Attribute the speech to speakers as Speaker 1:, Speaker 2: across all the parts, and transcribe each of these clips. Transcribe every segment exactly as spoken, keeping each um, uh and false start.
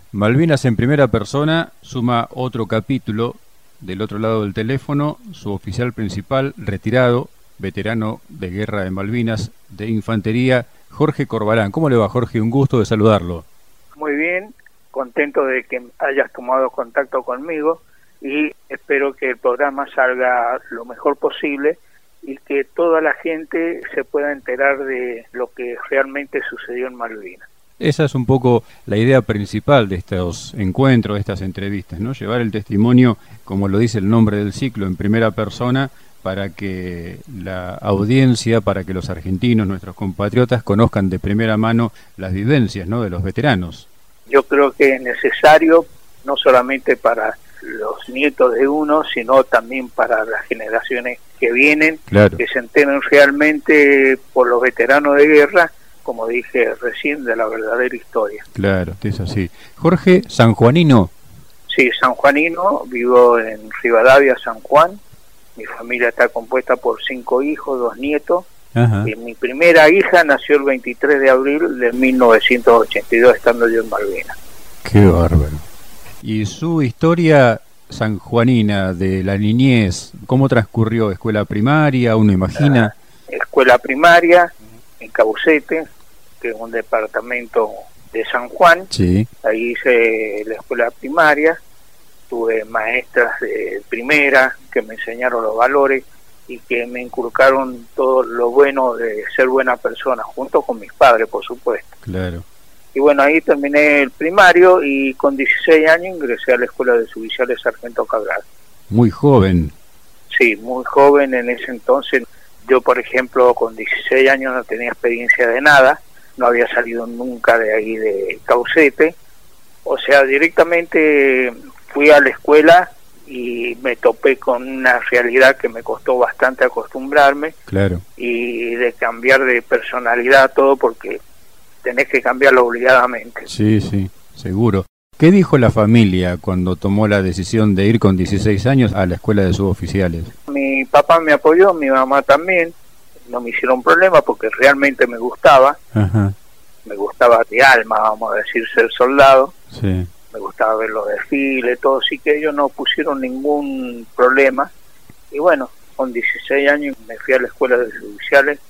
Speaker 1: Malvinas en primera persona suma otro capítulo. Del otro lado del teléfono, su oficial principal, retirado, veterano de guerra de Malvinas, de infantería, Jorge Corbalán. ¿Cómo le va, Jorge? Un gusto de saludarlo.
Speaker 2: Muy bien, contento de que hayas tomado contacto conmigo y espero que el programa salga lo mejor posible y que toda la gente se pueda enterar de lo que realmente sucedió en Malvinas.
Speaker 1: Esa es un poco la idea principal de estos encuentros, de estas entrevistas, ¿no? Llevar el testimonio, como lo dice el nombre del ciclo, en primera persona, para que la audiencia, para que los argentinos, nuestros compatriotas, conozcan de primera mano las vivencias, ¿no?, de los veteranos.
Speaker 2: Yo creo que es necesario, no solamente para los nietos de uno, sino también para las generaciones que vienen,
Speaker 1: claro,
Speaker 2: que se enteren realmente por los veteranos de guerra, como dije recién, de la verdadera historia.
Speaker 1: Claro, es así. Jorge, sanjuanino.
Speaker 2: Sí, sanjuanino, vivo en Rivadavia, San Juan. Mi familia está compuesta por cinco hijos, dos nietos.
Speaker 1: Ajá.
Speaker 2: Y mi primera hija nació el veintitrés de abril de mil novecientos ochenta y dos, estando yo en Malvinas.
Speaker 1: Qué bárbaro. ¿Y su historia sanjuanina de la niñez, cómo transcurrió? ¿Escuela primaria, uno imagina?
Speaker 2: La escuela primaria en Caucete, que es un departamento de San Juan.
Speaker 1: Sí.
Speaker 2: Ahí hice la escuela primaria, tuve maestras de primera que me enseñaron los valores y que me inculcaron todo lo bueno de ser buena persona, junto con mis padres, por supuesto.
Speaker 1: Claro.
Speaker 2: Y bueno, ahí terminé el primario y con dieciséis años ingresé a la escuela de suboficiales Sargento Cabral.
Speaker 1: Muy joven.
Speaker 2: Sí, muy joven en ese entonces. Yo, por ejemplo, con dieciséis años no tenía experiencia de nada, no había salido nunca de ahí de Caucete. O sea, directamente fui a la escuela y me topé con una realidad que me costó bastante acostumbrarme.
Speaker 1: Claro.
Speaker 2: Y de cambiar de personalidad todo, porque tenés que cambiarlo obligadamente.
Speaker 1: Sí, sí, seguro. ¿Qué dijo la familia cuando tomó la decisión de ir con dieciséis años a la escuela de suboficiales?
Speaker 2: Mi papá me apoyó, mi mamá también. No me hicieron problema porque realmente me gustaba.
Speaker 1: Ajá.
Speaker 2: Me gustaba de alma, vamos a decir, ser soldado.
Speaker 1: Sí.
Speaker 2: Me gustaba ver los desfiles, todo, así que ellos no pusieron ningún problema. Y bueno, con dieciséis años me fui a la escuela de suboficiales,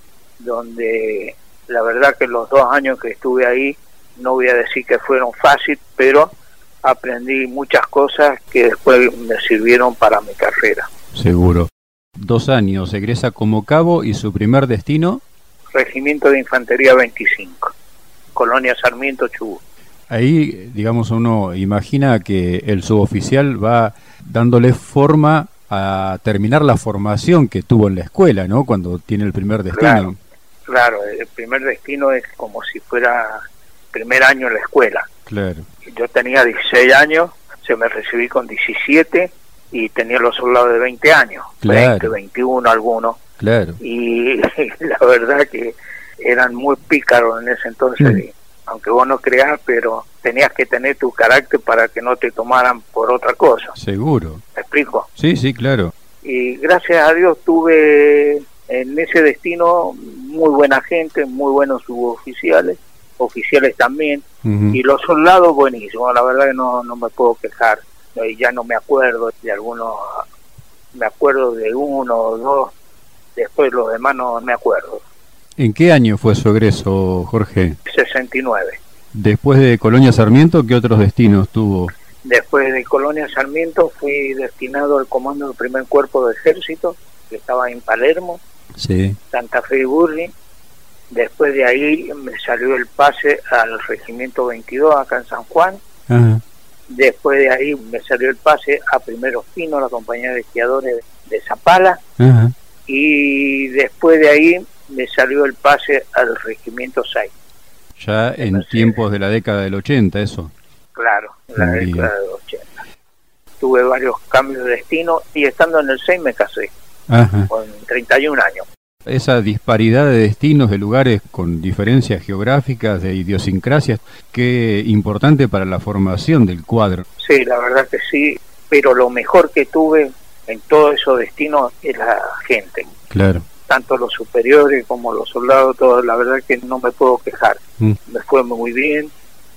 Speaker 2: donde la verdad que los dos años que estuve ahí, no voy a decir que fueron fáciles, pero aprendí muchas cosas que después me sirvieron para mi carrera.
Speaker 1: Seguro. Dos años, egresa como cabo y su primer destino...
Speaker 2: Regimiento de Infantería veinticinco, Colonia Sarmiento, Chubut.
Speaker 1: Ahí, digamos, uno imagina que el suboficial va dándole forma a terminar la formación que tuvo en la escuela, ¿no?, cuando tiene el primer destino.
Speaker 2: Claro, claro, el primer destino es como si fuera primer año en la escuela.
Speaker 1: Claro.
Speaker 2: Yo tenía dieciséis años, se me recibí con diecisiete y tenía los soldados de veinte años,
Speaker 1: claro,
Speaker 2: veinte, veintiuno algunos.
Speaker 1: Claro.
Speaker 2: Y la verdad que eran muy pícaros en ese entonces, mm. aunque vos no creas, pero tenías que tener tu carácter para que no te tomaran por otra cosa.
Speaker 1: Seguro.
Speaker 2: ¿Me explico?
Speaker 1: Sí, sí, claro.
Speaker 2: Y gracias a Dios tuve en ese destino muy buena gente, muy buenos suboficiales, oficiales también, uh-huh. Y los soldados buenísimos, la verdad que no, no me puedo quejar. Ya no me acuerdo de algunos, me acuerdo de uno o dos, después los demás no me acuerdo.
Speaker 1: ¿En qué año fue su egreso, Jorge?
Speaker 2: sesenta y nueve.
Speaker 1: Después de Colonia Sarmiento, ¿qué otros destinos tuvo?
Speaker 2: Después de Colonia Sarmiento fui destinado al comando del primer cuerpo de ejército, que estaba en Palermo,
Speaker 1: sí.
Speaker 2: Santa Fe y Burri. Después de ahí me salió el pase al regimiento veintidós acá en San Juan.
Speaker 1: Ajá.
Speaker 2: Después de ahí me salió el pase a Primeros Pinos, la compañía de esquiadores de Zapala.
Speaker 1: Ajá.
Speaker 2: Y después de ahí me salió el pase al regimiento seis.
Speaker 1: Ya en Entonces, tiempos de la década del ochenta, eso.
Speaker 2: Claro, en la Muy década bien. del ochenta. Tuve varios cambios de destino y estando en el seis me casé. Ajá. Con treinta y un años.
Speaker 1: Esa disparidad de destinos, de lugares con diferencias geográficas, de idiosincrasias, qué importante para la formación del cuadro.
Speaker 2: Sí, la verdad que sí, pero lo mejor que tuve en todos esos destinos es la gente.
Speaker 1: Claro.
Speaker 2: Tanto los superiores como los soldados, todos, la verdad que no me puedo quejar. Mm. Me fue muy bien,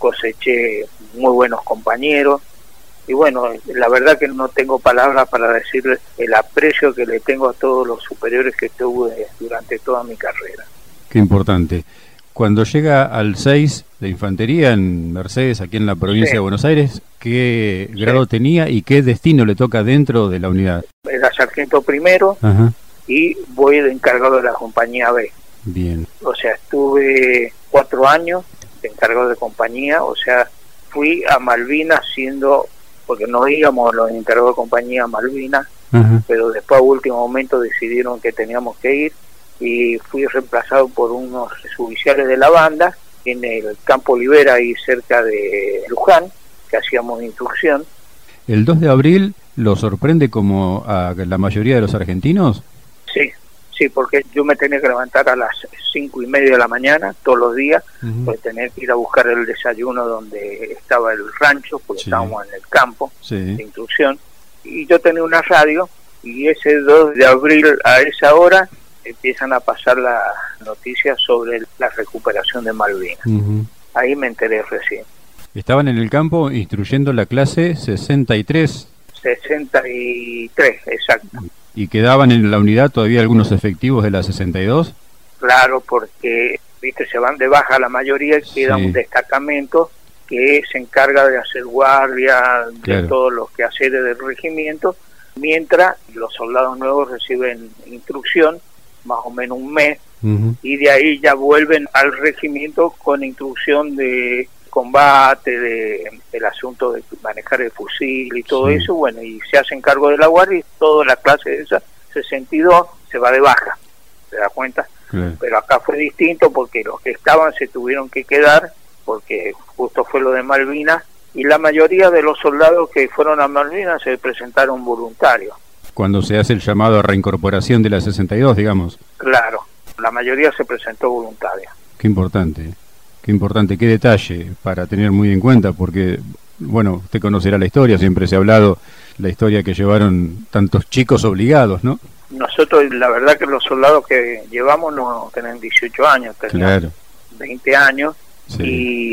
Speaker 2: coseché muy buenos compañeros, y bueno, la verdad que no tengo palabras para decir el aprecio que le tengo a todos los superiores que tuve durante toda mi carrera.
Speaker 1: Qué importante. Cuando llega al seis de Infantería en Mercedes, aquí en la provincia sí. de Buenos Aires, ¿qué sí. grado tenía y qué destino le toca dentro de la unidad?
Speaker 2: Era sargento primero. Ajá. Y voy de encargado de la compañía B.
Speaker 1: Bien.
Speaker 2: O sea, estuve cuatro años de encargado de compañía, o sea, fui a Malvinas siendo, porque no íbamos los encargados de compañía a Malvinas, ajá. pero después a último momento decidieron que teníamos que ir, y fui reemplazado por unos suboficiales de la banda en el campo Olivera, ahí cerca de Luján, que hacíamos instrucción.
Speaker 1: ¿El dos de abril lo sorprende como a la mayoría de los argentinos?
Speaker 2: Sí, sí, porque yo me tenía que levantar a las cinco y media de la mañana todos los días, uh-huh. pues tener que ir a buscar el desayuno donde estaba el rancho, porque sí. estábamos en el campo sí. de instrucción, y yo tenía una radio, y ese dos de abril a esa hora empiezan a pasar las noticias sobre la recuperación de Malvinas. Uh-huh. Ahí me enteré recién.
Speaker 1: Estaban en el campo instruyendo la clase sesenta y tres.
Speaker 2: sesenta y tres, exacto.
Speaker 1: ¿Y quedaban en la unidad todavía algunos efectivos de la sesenta y dos?
Speaker 2: Claro, porque viste se van de baja la mayoría y queda sí. un destacamento que se encarga de hacer guardia, de claro. todos los quehaceres del regimiento, mientras los soldados nuevos reciben instrucción, más o menos un mes, uh-huh. y de ahí ya vuelven al regimiento con instrucción de combate, de el asunto de manejar el fusil y todo sí. eso, bueno, y se hacen cargo de la guardia, y toda la clase de esa sesenta y dos se va de baja, ¿te das cuenta? Claro. Pero acá fue distinto porque los que estaban se tuvieron que quedar, porque justo fue lo de Malvinas, y la mayoría de los soldados que fueron a Malvinas se presentaron voluntarios.
Speaker 1: Cuando se hace el llamado a reincorporación de la sesenta y dos, digamos.
Speaker 2: Claro, la mayoría se presentó voluntaria.
Speaker 1: Qué importante. Qué importante, qué detalle para tener muy en cuenta, porque, bueno, usted conocerá la historia, siempre se ha hablado la historia que llevaron tantos chicos obligados, ¿no?
Speaker 2: Nosotros, la verdad que los soldados que llevamos no tienen dieciocho años, tenían claro. veinte años, sí.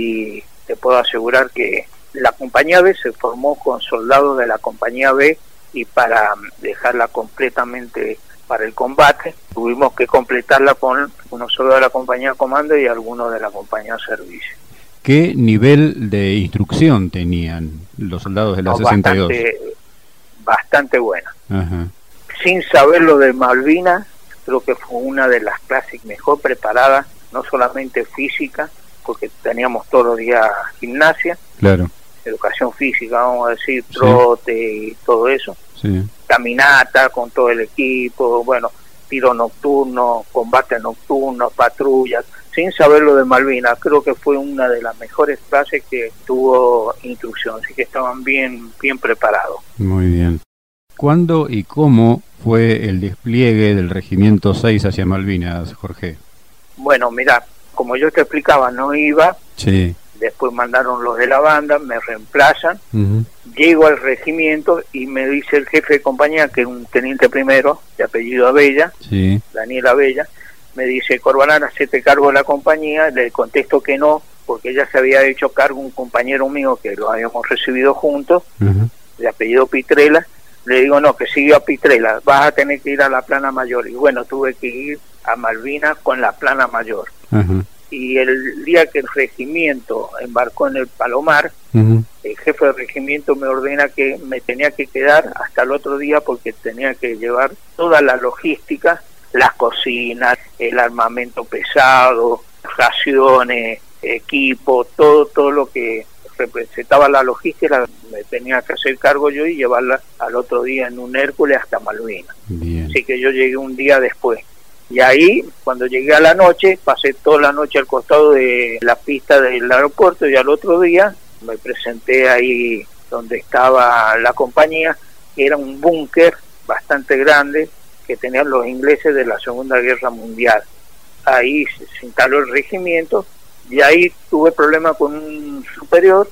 Speaker 2: y te puedo asegurar que la compañía B se formó con soldados de la compañía B, y para dejarla completamente para el combate, tuvimos que completarla con unos soldados de la compañía comando y algunos de la compañía servicio.
Speaker 1: ¿Qué nivel de instrucción tenían los soldados de la no, sesenta y dos?
Speaker 2: Bastante, bastante buena.
Speaker 1: Ajá.
Speaker 2: Sin saber lo de Malvinas, creo que fue una de las clases mejor preparadas, no solamente física, porque teníamos todos los días gimnasia,
Speaker 1: claro.
Speaker 2: educación física, vamos a decir, trote sí. y todo eso.
Speaker 1: Sí.
Speaker 2: Caminata con todo el equipo, bueno, tiro nocturno, combate nocturno, patrullas, sin saber lo de Malvinas. Creo que fue una de las mejores clases que tuvo instrucción, así que estaban bien, bien preparados.
Speaker 1: Muy bien. ¿Cuándo y cómo fue el despliegue del Regimiento seis hacia Malvinas, Jorge?
Speaker 2: Bueno, mira, como yo te explicaba, no iba.
Speaker 1: Sí.
Speaker 2: Después mandaron los de la banda, me reemplazan, uh-huh. llego al regimiento y me dice el jefe de compañía, que es un teniente primero, de apellido Abella,
Speaker 1: sí.
Speaker 2: Daniel Abella, me dice, Corbalán, hacete cargo de la compañía. Le contesto que no, porque ya se había hecho cargo un compañero mío que lo habíamos recibido juntos, uh-huh. de apellido Pitrela. Le digo, no, que siguió a Pitrela, vas a tener que ir a la plana mayor. Y bueno, tuve que ir a Malvinas con la plana mayor. Uh-huh. Y el día que el regimiento embarcó en el Palomar, uh-huh. el jefe del regimiento me ordena que me tenía que quedar hasta el otro día, porque tenía que llevar toda la logística, las cocinas, el armamento pesado, raciones, equipo, todo todo lo que representaba la logística, me tenía que hacer cargo yo y llevarla al otro día en un Hércules hasta Malvinas.
Speaker 1: Bien.
Speaker 2: Así que yo llegué un día después. Y ahí, cuando llegué a la noche, pasé toda la noche al costado de la pista del aeropuerto, y al otro día me presenté ahí donde estaba la compañía, que era un búnker bastante grande que tenían los ingleses de la Segunda Guerra Mundial. Ahí se instaló el regimiento, y ahí tuve problemas con un superior,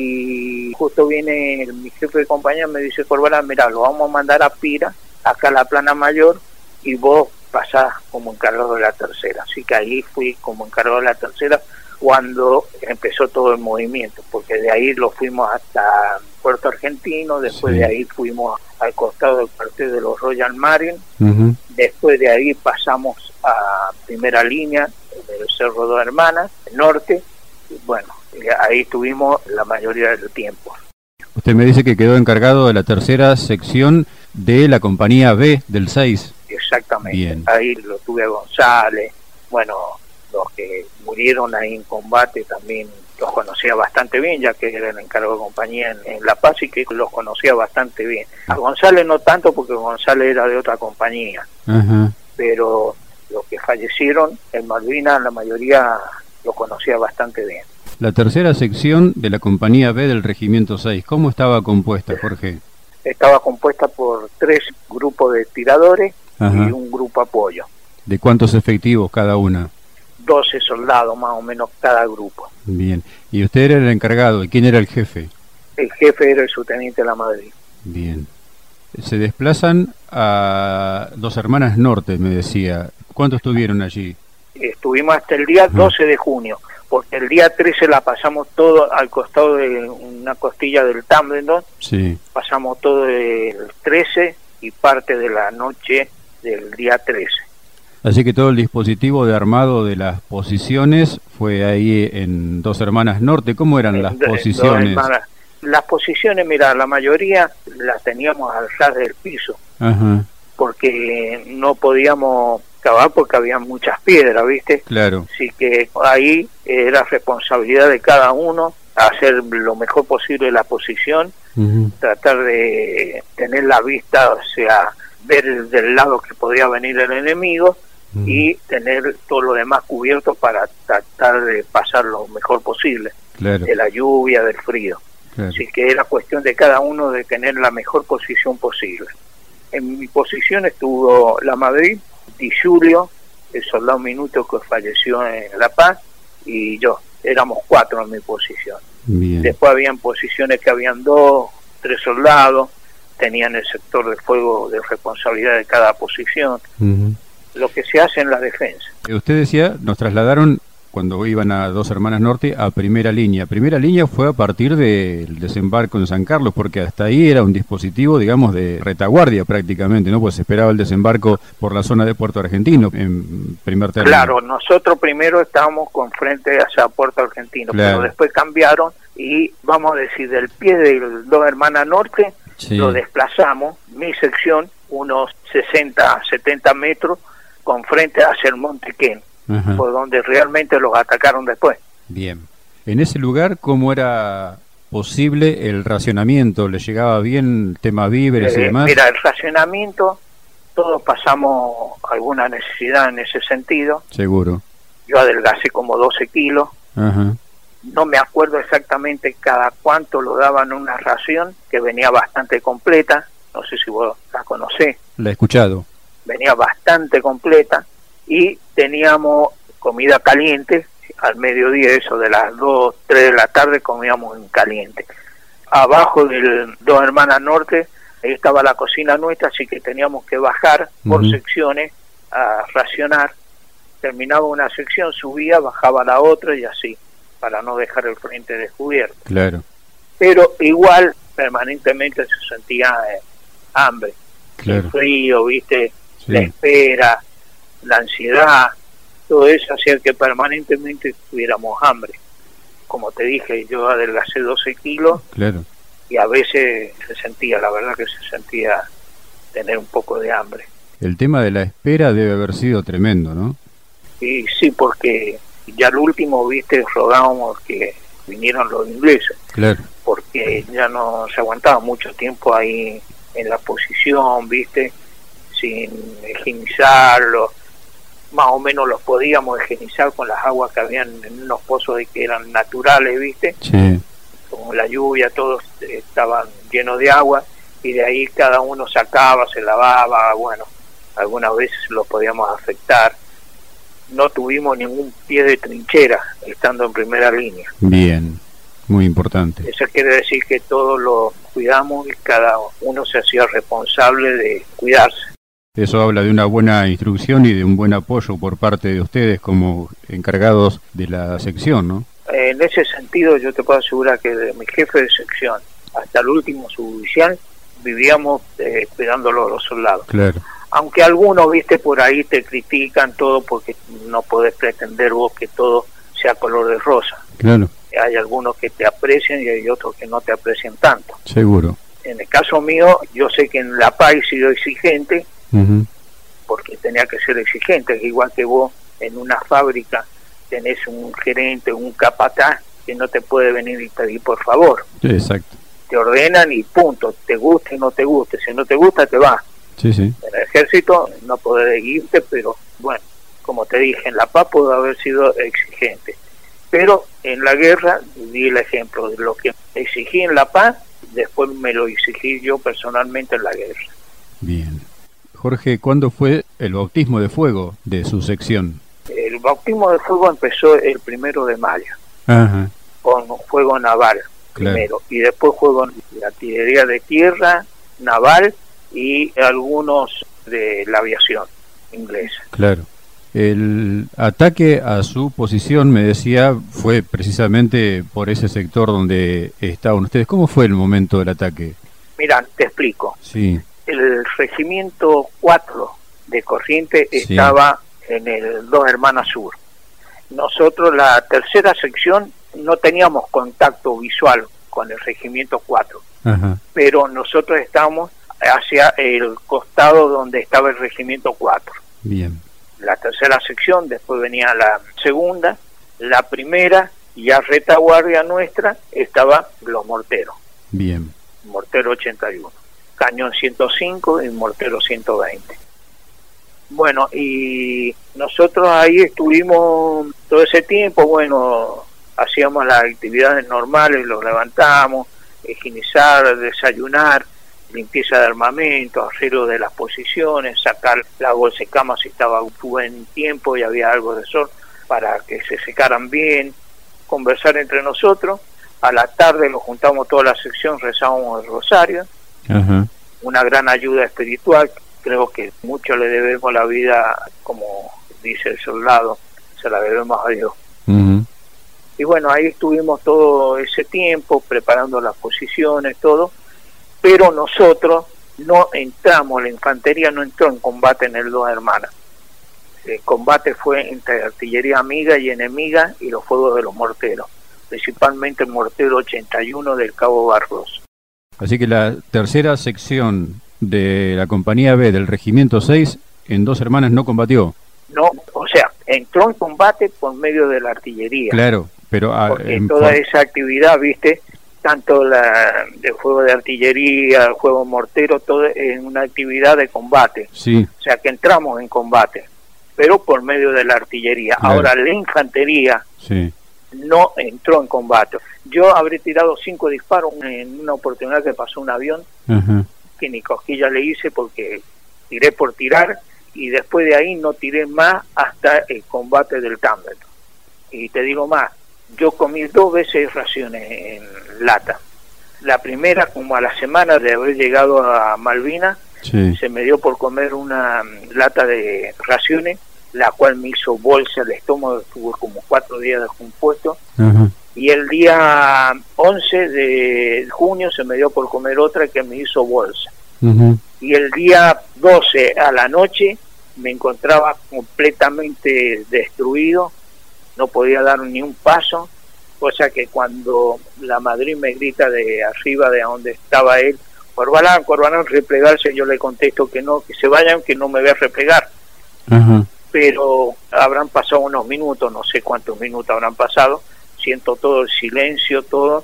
Speaker 2: y justo viene el, mi jefe de compañía, me dice, Corbalán, mira, lo vamos a mandar a Pira, acá a la plana mayor, y vos pasás como encargado de la tercera. Así que ahí fui como encargado de la tercera, cuando empezó todo el movimiento, porque de ahí lo fuimos hasta Puerto Argentino, después
Speaker 1: sí.
Speaker 2: de ahí fuimos al costado del cuartel de los Royal Marines,
Speaker 1: uh-huh.
Speaker 2: después de ahí pasamos a primera línea del Cerro Dos Hermanas, norte, y bueno, ahí estuvimos la mayoría del tiempo.
Speaker 1: Usted me dice que quedó encargado de la tercera sección de la compañía B del seis.
Speaker 2: Exactamente.
Speaker 1: Bien.
Speaker 2: Ahí lo tuve a González, bueno, los que murieron ahí en combate también los conocía bastante bien, ya que era el encargo de compañía en, en La Paz y que los conocía bastante bien. A González no tanto, porque González era de otra compañía, uh-huh. pero los que fallecieron en Malvinas, la mayoría lo conocía bastante bien.
Speaker 1: La tercera sección de la compañía B del Regimiento seis, ¿cómo estaba compuesta, Jorge?
Speaker 2: Estaba compuesta por tres grupos de tiradores, ajá, y un grupo apoyo.
Speaker 1: ¿De cuántos efectivos cada una?
Speaker 2: doce soldados más o menos cada grupo.
Speaker 1: Bien. ¿Y usted era el encargado? ¿Y quién era el jefe?
Speaker 2: El jefe era el subteniente La Madrid.
Speaker 1: Bien. Se desplazan a Dos Hermanas Norte, me decía. ¿Cuánto estuvieron allí?
Speaker 2: Estuvimos hasta el día doce de junio, porque el día trece la pasamos todo al costado de una costilla del Tambledon.
Speaker 1: Sí.
Speaker 2: Pasamos todo el trece y parte de la noche del día trece.
Speaker 1: Así que todo el dispositivo de armado de las posiciones fue ahí en Dos Hermanas Norte. ¿Cómo eran las posiciones?
Speaker 2: Las posiciones, mira, la mayoría las teníamos al ras del piso, ajá, porque no podíamos cavar porque había muchas piedras, ¿viste?
Speaker 1: Claro.
Speaker 2: Así que ahí era responsabilidad de cada uno hacer lo mejor posible la posición, uh-huh, tratar de tener la vista, o sea, ver del lado que podía venir el enemigo, uh-huh, y tener todo lo demás cubierto para tratar de pasar lo mejor posible, claro, de la lluvia, del frío. Claro. Así que era cuestión de cada uno de tener la mejor posición posible. En mi posición estuvo La Madrid, Di Julio, el soldado Minuto que falleció en La Paz, y yo. Éramos cuatro en mi posición. Bien. Después habían posiciones que habían dos, tres soldados, tenían el sector de fuego de responsabilidad de cada posición, uh-huh, lo que se hace en la defensa.
Speaker 1: Usted decía, nos trasladaron cuando iban a Dos Hermanas Norte a primera línea. Primera línea fue a partir del desembarco en San Carlos, porque hasta ahí era un dispositivo, digamos, de retaguardia prácticamente, ¿no? Pues se esperaba el desembarco por la zona de Puerto Argentino en primer término.
Speaker 2: Claro, nosotros primero estábamos con frente hacia Puerto Argentino, claro, pero después cambiaron y, vamos a decir, del pie del Dos Hermanas Norte, sí, lo desplazamos, mi sección, unos sesenta, setenta metros, con frente hacia el Monte Quén. Ajá. Por donde realmente los atacaron después.
Speaker 1: Bien. En ese lugar, ¿cómo era posible el racionamiento? ¿Le llegaba bien el tema víveres eh, y demás?
Speaker 2: Mira, el racionamiento, todos pasamos alguna necesidad en ese sentido.
Speaker 1: Seguro.
Speaker 2: Yo adelgacé como doce kilos. Ajá. No me acuerdo exactamente cada cuánto lo daban una ración, que venía bastante completa. No sé si vos la conocés.
Speaker 1: La he escuchado.
Speaker 2: Venía bastante completa. Y teníamos comida caliente, al mediodía, eso de las dos, tres de la tarde comíamos en caliente. Abajo del Dos Hermanas Norte, ahí estaba la cocina nuestra, así que teníamos que bajar por uh-huh, secciones a racionar. Terminaba una sección, subía, bajaba la otra y así, para no dejar el frente descubierto.
Speaker 1: Claro.
Speaker 2: Pero igual, permanentemente se sentía eh, hambre, claro, el frío, viste, sí, la espera, la ansiedad, todo eso hacía que permanentemente tuviéramos hambre. Como te dije, yo adelgacé doce kilos, claro, y a veces se sentía, la verdad que se sentía tener un poco de hambre.
Speaker 1: El tema de la espera debe haber sido tremendo, ¿no?
Speaker 2: Y sí, porque ya al último, viste, rogábamos que vinieron los ingleses, claro, porque ya no se aguantaba mucho tiempo ahí en la posición, viste, sin higienizarlo. Más o menos los podíamos higienizar con las aguas que habían en unos pozos de que eran naturales, ¿viste? Sí. Como la lluvia, todos estaban llenos de agua y de ahí cada uno sacaba, se lavaba, bueno, algunas veces los podíamos afectar. No tuvimos ningún pie de trinchera estando en primera línea.
Speaker 1: Bien, muy importante.
Speaker 2: Eso quiere decir que todos lo cuidamos y cada uno se hacía responsable de cuidarse.
Speaker 1: Eso habla de una buena instrucción y de un buen apoyo por parte de ustedes como encargados de la sección, ¿no?
Speaker 2: En ese sentido yo te puedo asegurar que de mi jefe de sección hasta el último suboficial vivíamos eh, cuidándolo a los soldados.
Speaker 1: Claro.
Speaker 2: Aunque algunos, viste, por ahí te critican todo porque no podés pretender vos que todo sea color de rosa.
Speaker 1: Claro.
Speaker 2: Hay algunos que te aprecian y hay otros que no te aprecian tanto.
Speaker 1: Seguro.
Speaker 2: En el caso mío, yo sé que en la P A I he sido exigente, uh-huh. porque tenía que ser exigente, igual que vos en una fábrica tenés un gerente, un capataz que no te puede venir y pedir por favor.
Speaker 1: Sí, exacto.
Speaker 2: Te ordenan y punto, te guste o no te guste, si no te gusta te vas.
Speaker 1: Sí, sí.
Speaker 2: En el ejército no podés irte, pero bueno, como te dije, en la P A puedo haber sido exigente. Pero en la guerra di el ejemplo de lo que exigí en la P A, después me lo exigí yo personalmente en la guerra.
Speaker 1: Bien. Jorge, ¿cuándo fue el bautismo de fuego de su sección?
Speaker 2: El bautismo de fuego empezó el primero de mayo,
Speaker 1: ajá,
Speaker 2: con fuego naval, claro, primero, y después fuego de artillería de tierra, naval y algunos de la aviación inglesa.
Speaker 1: Claro. El ataque a su posición, me decía, fue precisamente por ese sector donde estaban ustedes. ¿Cómo fue el momento del ataque?
Speaker 2: Mira, te explico.
Speaker 1: Sí.
Speaker 2: El regimiento cuatro de Corrientes sí. estaba en el Dos Hermanas Sur. Nosotros, la tercera sección, no teníamos contacto visual con el regimiento cuatro, ajá, pero nosotros estábamos hacia el costado donde estaba el regimiento cuatro.
Speaker 1: Bien.
Speaker 2: La tercera sección, después venía la segunda, la primera, y a retaguardia nuestra estaba los morteros.
Speaker 1: Bien.
Speaker 2: Mortero ochenta y uno, cañón ciento cinco y mortero ciento veinte. Bueno, y nosotros ahí estuvimos todo ese tiempo, bueno, hacíamos las actividades normales, los levantamos, higienizar, desayunar, limpieza de armamento, arreglo de las posiciones, sacar la bolsa de cama si estaba buen tiempo y había algo de sol para que se secaran bien, conversar entre nosotros. A la tarde nos juntamos toda la sección, rezábamos el rosario, uh-huh, una gran ayuda espiritual. Creo que mucho le debemos la vida, como dice el soldado, se la debemos a Dios. Uh-huh. Y bueno, ahí estuvimos todo ese tiempo preparando las posiciones, todo, pero nosotros no entramos, la infantería no entró en combate en el Dos Hermanas. El combate fue entre artillería amiga y enemiga y los fuegos de los morteros, principalmente el mortero ochenta y uno del Cabo Barros.
Speaker 1: Así que la tercera sección de la compañía B del regimiento seis en Dos Hermanas no combatió.
Speaker 2: No, o sea, entró en combate por medio de la artillería.
Speaker 1: Claro, pero a,
Speaker 2: porque en toda esa actividad, viste, tanto la de juego de artillería, juego mortero, todo es una actividad de combate.
Speaker 1: Sí.
Speaker 2: O sea que entramos en combate, pero por medio de la artillería. Claro. Ahora la infantería sí. no entró en combate. Yo habré tirado cinco disparos en una oportunidad que pasó un avión, uh-huh, que ni cosquilla le hice porque tiré por tirar y después de ahí no tiré más hasta el combate del Campbell. Y te digo más, yo comí dos veces raciones en lata. La primera, como a la semana de haber llegado a Malvinas, sí. se me dio por comer una lata de raciones, la cual me hizo bolsa, el estómago estuvo como cuatro días descompuesto. Uh-huh. Y el día once de junio se me dio por comer otra que me hizo bolsa. Uh-huh. Y el día doce a la noche me encontraba completamente destruido, no podía dar ni un paso, cosa que cuando la Madrid me grita de arriba de donde estaba él, Corbalán, Corbalán, replegarse, yo le contesto que no, que se vayan, que no me voy a replegar. Uh-huh. Pero habrán pasado unos minutos, no sé cuántos minutos habrán pasado, siento todo el silencio, todo,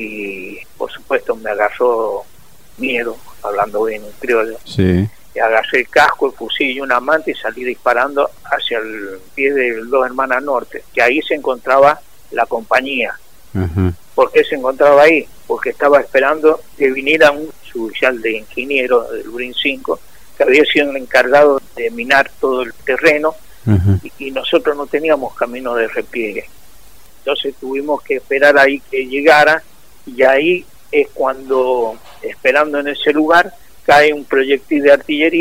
Speaker 2: y por supuesto me agarró miedo, hablando bien en criollo. Sí. Y agarré el casco, el fusil y una manta y salí disparando hacia el pie del Dos Hermanas Norte, que ahí se encontraba la compañía. Uh-huh. ¿Por qué se encontraba ahí? Porque estaba esperando que viniera un suboficial de ingeniero del Brin cinco, que había sido el encargado de minar todo el terreno, uh-huh, y, y nosotros no teníamos camino de repliegue. Entonces tuvimos que esperar ahí que llegara, y ahí es cuando, esperando en ese lugar, cae un proyectil de artillería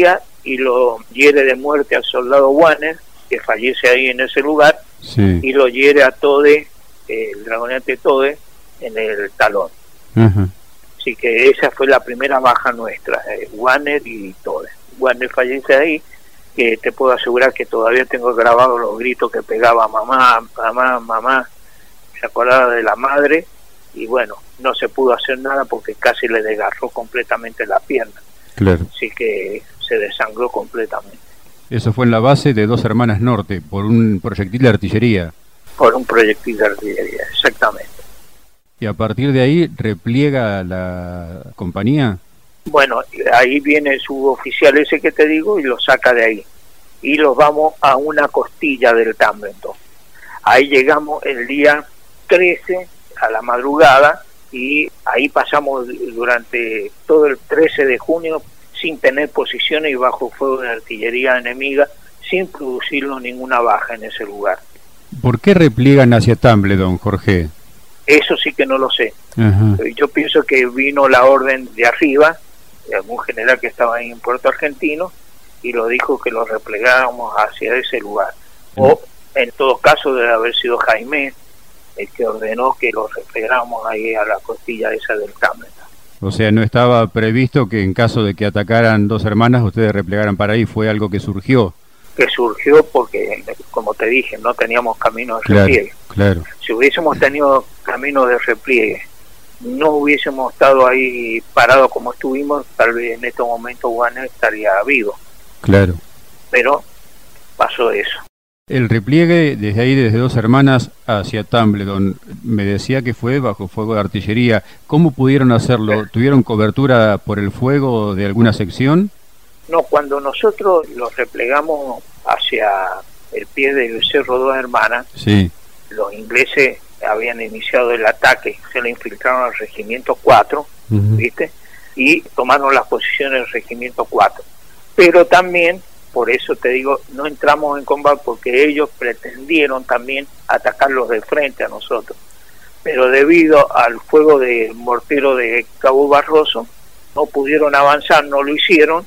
Speaker 2: y lo hiere de muerte al soldado Wanner, que fallece ahí en ese lugar,
Speaker 1: sí.
Speaker 2: y lo hiere a Tode, eh, el dragonete Tode, en el talón.
Speaker 1: Uh-huh.
Speaker 2: Así que esa fue la primera baja nuestra, eh, Wanner y Tode. Wanner fallece ahí, que te puedo asegurar que todavía tengo grabados los gritos que pegaba mamá, mamá, mamá, se acordaba de la madre, y bueno, no se pudo hacer nada porque casi le desgarró completamente la pierna.
Speaker 1: Claro.
Speaker 2: Así que se desangró completamente.
Speaker 1: Eso fue en la base de Dos Hermanas Norte, por un proyectil de artillería.
Speaker 2: Por un proyectil de artillería, exactamente.
Speaker 1: ¿Y a partir de ahí repliega la compañía?
Speaker 2: Bueno, ahí viene el suboficial ese que te digo y lo saca de ahí. Y los vamos a una costilla del Tambleton. Ahí llegamos el día trece a la madrugada y ahí pasamos durante todo el trece de junio sin tener posiciones y bajo fuego de artillería enemiga, sin producirnos ninguna baja en ese lugar.
Speaker 1: ¿Por qué repliegan hacia Tambleton, Jorge?
Speaker 2: Eso sí que no lo sé.
Speaker 1: Ajá.
Speaker 2: Yo pienso que vino la orden de arriba, de algún general que estaba ahí en Puerto Argentino, y lo dijo que lo replegáramos hacia ese lugar. O, en todo caso, debe haber sido Jaime el que ordenó que lo replegáramos ahí a la costilla esa del Tambleton.
Speaker 1: O sea, no estaba previsto que en caso de que atacaran Dos Hermanas, ustedes replegaran para ahí, fue algo que surgió.
Speaker 2: Que surgió porque, como te dije, no teníamos camino de
Speaker 1: Claro,
Speaker 2: repliegue.
Speaker 1: claro.
Speaker 2: Si hubiésemos tenido camino de repliegue, no hubiésemos estado ahí parados como estuvimos, tal vez en estos momentos Wanner estaría vivo.
Speaker 1: Claro.
Speaker 2: Pero pasó eso.
Speaker 1: El repliegue desde ahí, desde Dos Hermanas hacia Tambleton, me decía que fue bajo fuego de artillería. ¿Cómo pudieron hacerlo? ¿Tuvieron cobertura por el fuego de alguna sección?
Speaker 2: No, cuando nosotros los replegamos hacia el pie del Cerro Dos Hermanas,
Speaker 1: sí.
Speaker 2: Los ingleses habían iniciado el ataque, se le infiltraron al Regimiento cuatro, uh-huh. ¿viste? Y tomaron las posiciones del Regimiento cuatro. Pero también, por eso te digo, no entramos en combate porque ellos pretendieron también atacarlos de frente a nosotros. Pero debido al fuego del mortero de Cabo Barroso, no pudieron avanzar, no lo hicieron,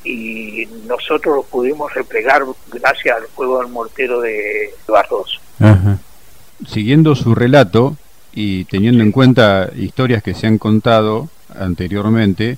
Speaker 2: y nosotros los pudimos replegar gracias al fuego del mortero de Barroso.
Speaker 1: Ajá. Siguiendo su relato y teniendo en cuenta historias que se han contado anteriormente,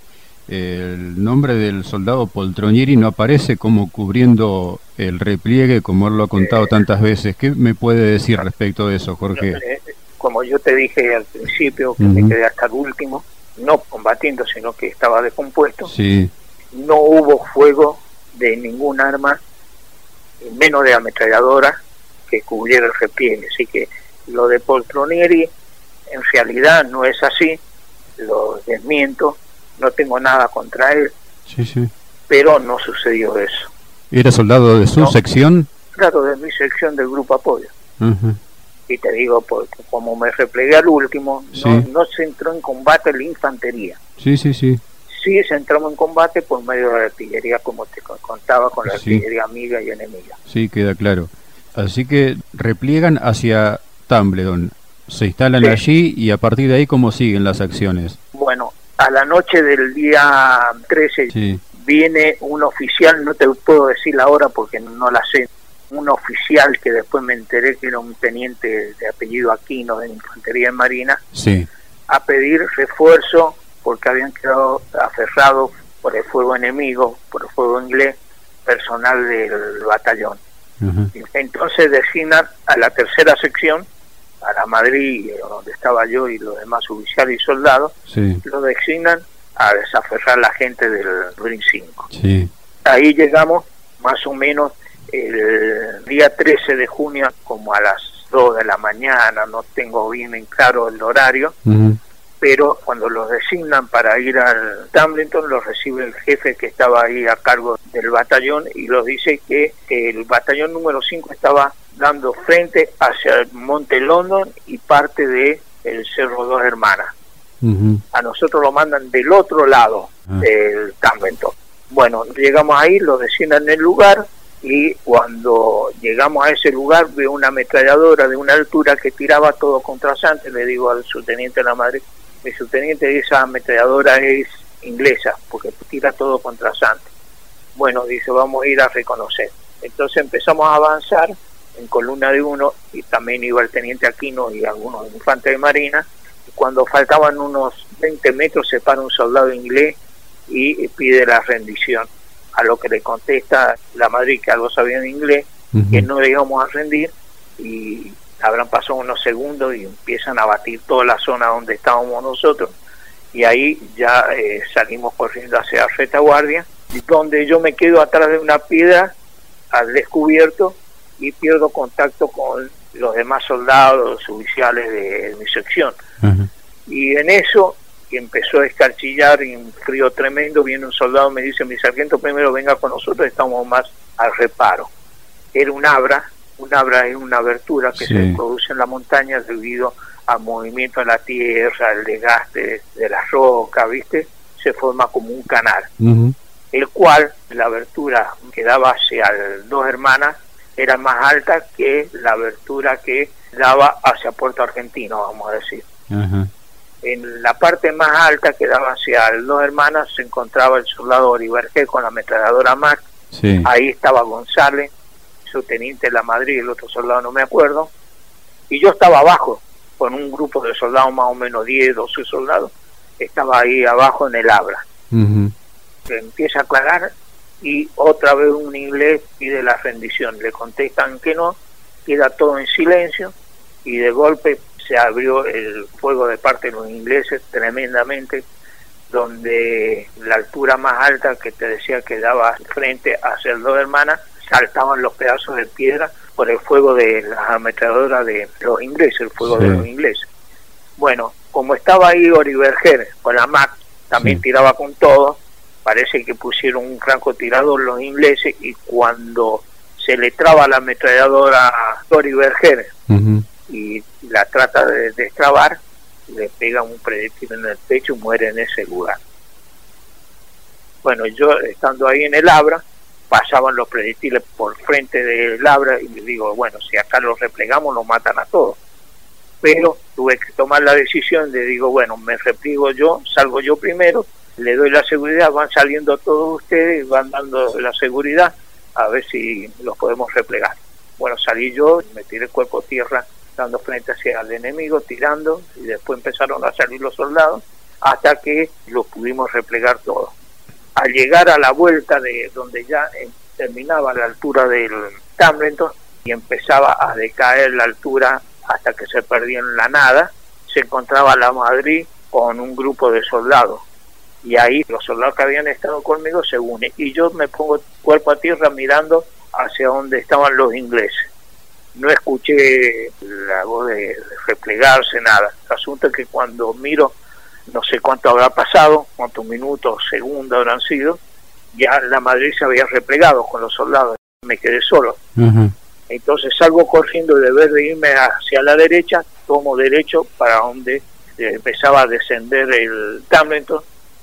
Speaker 1: el nombre del soldado Poltronieri no aparece como cubriendo el repliegue como él lo ha contado eh, tantas veces. ¿Qué me puede decir respecto de eso, Jorge?
Speaker 2: Eh, como yo te dije al principio, que uh-huh. me quedé hasta el último, no combatiendo, sino que estaba descompuesto.
Speaker 1: Sí.
Speaker 2: No hubo fuego de ningún arma, menos de ametralladora, que cubriera el repliegue. Así que lo de Poltronieri en realidad no es así, lo desmiento, no tengo nada contra él,
Speaker 1: sí, sí.
Speaker 2: pero no sucedió eso.
Speaker 1: ¿Era soldado de su no, sección?
Speaker 2: Claro, de mi sección del Grupo Apoyo.
Speaker 1: Uh-huh.
Speaker 2: Y te digo, porque como me replegué al último,
Speaker 1: sí.
Speaker 2: no, no se entró en combate la infantería.
Speaker 1: Sí, sí, sí.
Speaker 2: Sí se entró en combate por medio de la artillería, como te contaba, con la
Speaker 1: sí.
Speaker 2: artillería amiga y enemiga.
Speaker 1: Sí, queda claro. Así que repliegan hacia Tambleton, se instalan sí. allí, y a partir de ahí, ¿cómo siguen las acciones?
Speaker 2: Bueno, a la noche del día trece
Speaker 1: sí.
Speaker 2: viene un oficial, no te puedo decir la hora porque no la sé, un oficial que después me enteré que era un teniente de apellido Aquino de Infantería en Marina,
Speaker 1: sí.
Speaker 2: a pedir refuerzo porque habían quedado aferrados por el fuego enemigo, por el fuego inglés, personal del batallón. Uh-huh. Entonces designan a la tercera sección, a la Madrid, donde estaba yo y los demás oficiales y soldados,
Speaker 1: sí.
Speaker 2: lo designan a desaferrar la gente del Green cinco.
Speaker 1: Sí.
Speaker 2: Ahí llegamos más o menos el día trece de junio, como a las dos de la mañana, no tengo bien en claro el horario, uh-huh. pero cuando los designan para ir al Tambleton, los recibe el jefe que estaba ahí a cargo del batallón y los dice que el batallón número cinco estaba dando frente hacia el Monte London y parte de el Cerro Dos Hermanas. Uh-huh. A nosotros lo mandan del otro lado uh-huh. del Tambleton. Bueno, llegamos ahí, lo designan en el lugar, y cuando llegamos a ese lugar veo una ametralladora de una altura que tiraba todo contrasante. Le digo al subteniente de la Madrid, mi subteniente, esa ametralladora es inglesa porque tira todo contrasante. Bueno, dice, vamos a ir a reconocer. Entonces empezamos a avanzar en columna de uno, y también iba el teniente Aquino y algunos infantes de marina, y cuando faltaban unos veinte metros se para un soldado inglés y pide la rendición, a lo que le contesta la Madrid, que algo sabía en inglés, uh-huh. que no le íbamos a rendir, y habrán pasado unos segundos y empiezan a batir toda la zona donde estábamos nosotros, y ahí ya eh, salimos corriendo hacia retaguardia, donde yo me quedo atrás de una piedra al descubierto y pierdo contacto con los demás soldados, oficiales de, de mi sección. Uh-huh. Y en eso, que empezó a escarchillar y un frío tremendo, viene un soldado, me dice, mi sargento primero venga con nosotros, estamos más al reparo. Era un abra, un abra es una abertura que sí. se produce en la montaña debido al movimiento de la tierra, el desgaste de la roca, ¿viste? Se forma como un canal. Uh-huh. El cual, la abertura que daba hacia el Dos Hermanas era más alta que la abertura que daba hacia Puerto Argentino, vamos a decir. Uh-huh. En la parte más alta que daba hacia el Dos Hermanas se encontraba el soldado Oriberger con la ametralladora Mac. Sí. Ahí estaba González, su teniente de la Madrid, el otro soldado no me acuerdo. Y yo estaba abajo, con un grupo de soldados, más o menos diez, doce soldados. Estaba ahí abajo en el Abra. Uh-huh. Se empieza a aclarar y otra vez un inglés pide la rendición, le contestan que no, queda todo en silencio y de golpe se abrió el fuego de parte de los ingleses tremendamente, donde la altura más alta que te decía que daba frente hacia el Dos Hermanas, saltaban los pedazos de piedra por el fuego de las ametralladoras de los ingleses, el fuego sí. de los ingleses. Bueno, como estaba ahí Oriberger con la Mac, también sí. tiraba con todo. Parece que pusieron un francotirador los ingleses y cuando se le traba la ametralladora a Oriberger uh-huh. y la trata de destrabar, le pega un proyectil en el pecho y muere en ese lugar. Bueno, yo estando ahí en el Abra, pasaban los proyectiles por frente del Abra y le digo, bueno, si acá los replegamos los matan a todos. Pero tuve que tomar la decisión de, digo, bueno, me repliego yo, salgo yo primero, le doy la seguridad, van saliendo todos ustedes, van dando la seguridad, a ver si los podemos replegar. Bueno, salí yo, me tiré cuerpo a tierra, dando frente hacia el enemigo, tirando, y después empezaron a salir los soldados, hasta que los pudimos replegar todos. Al llegar a la vuelta de donde ya eh, terminaba la altura del Tambleton, y empezaba a decaer la altura hasta que se perdía en la nada, se encontraba la Madrid con un grupo de soldados. Y ahí los soldados que habían estado conmigo se unen y yo me pongo cuerpo a tierra mirando hacia donde estaban los ingleses. No escuché la voz de, de replegarse, nada. El asunto es que cuando miro, no sé cuánto habrá pasado, cuántos minutos, segundos habrán sido, ya la Madrid se había replegado con los soldados, me quedé solo. Uh-huh. Entonces salgo corriendo de ver de irme hacia la derecha, tomo derecho para donde empezaba a descender el Tambleton,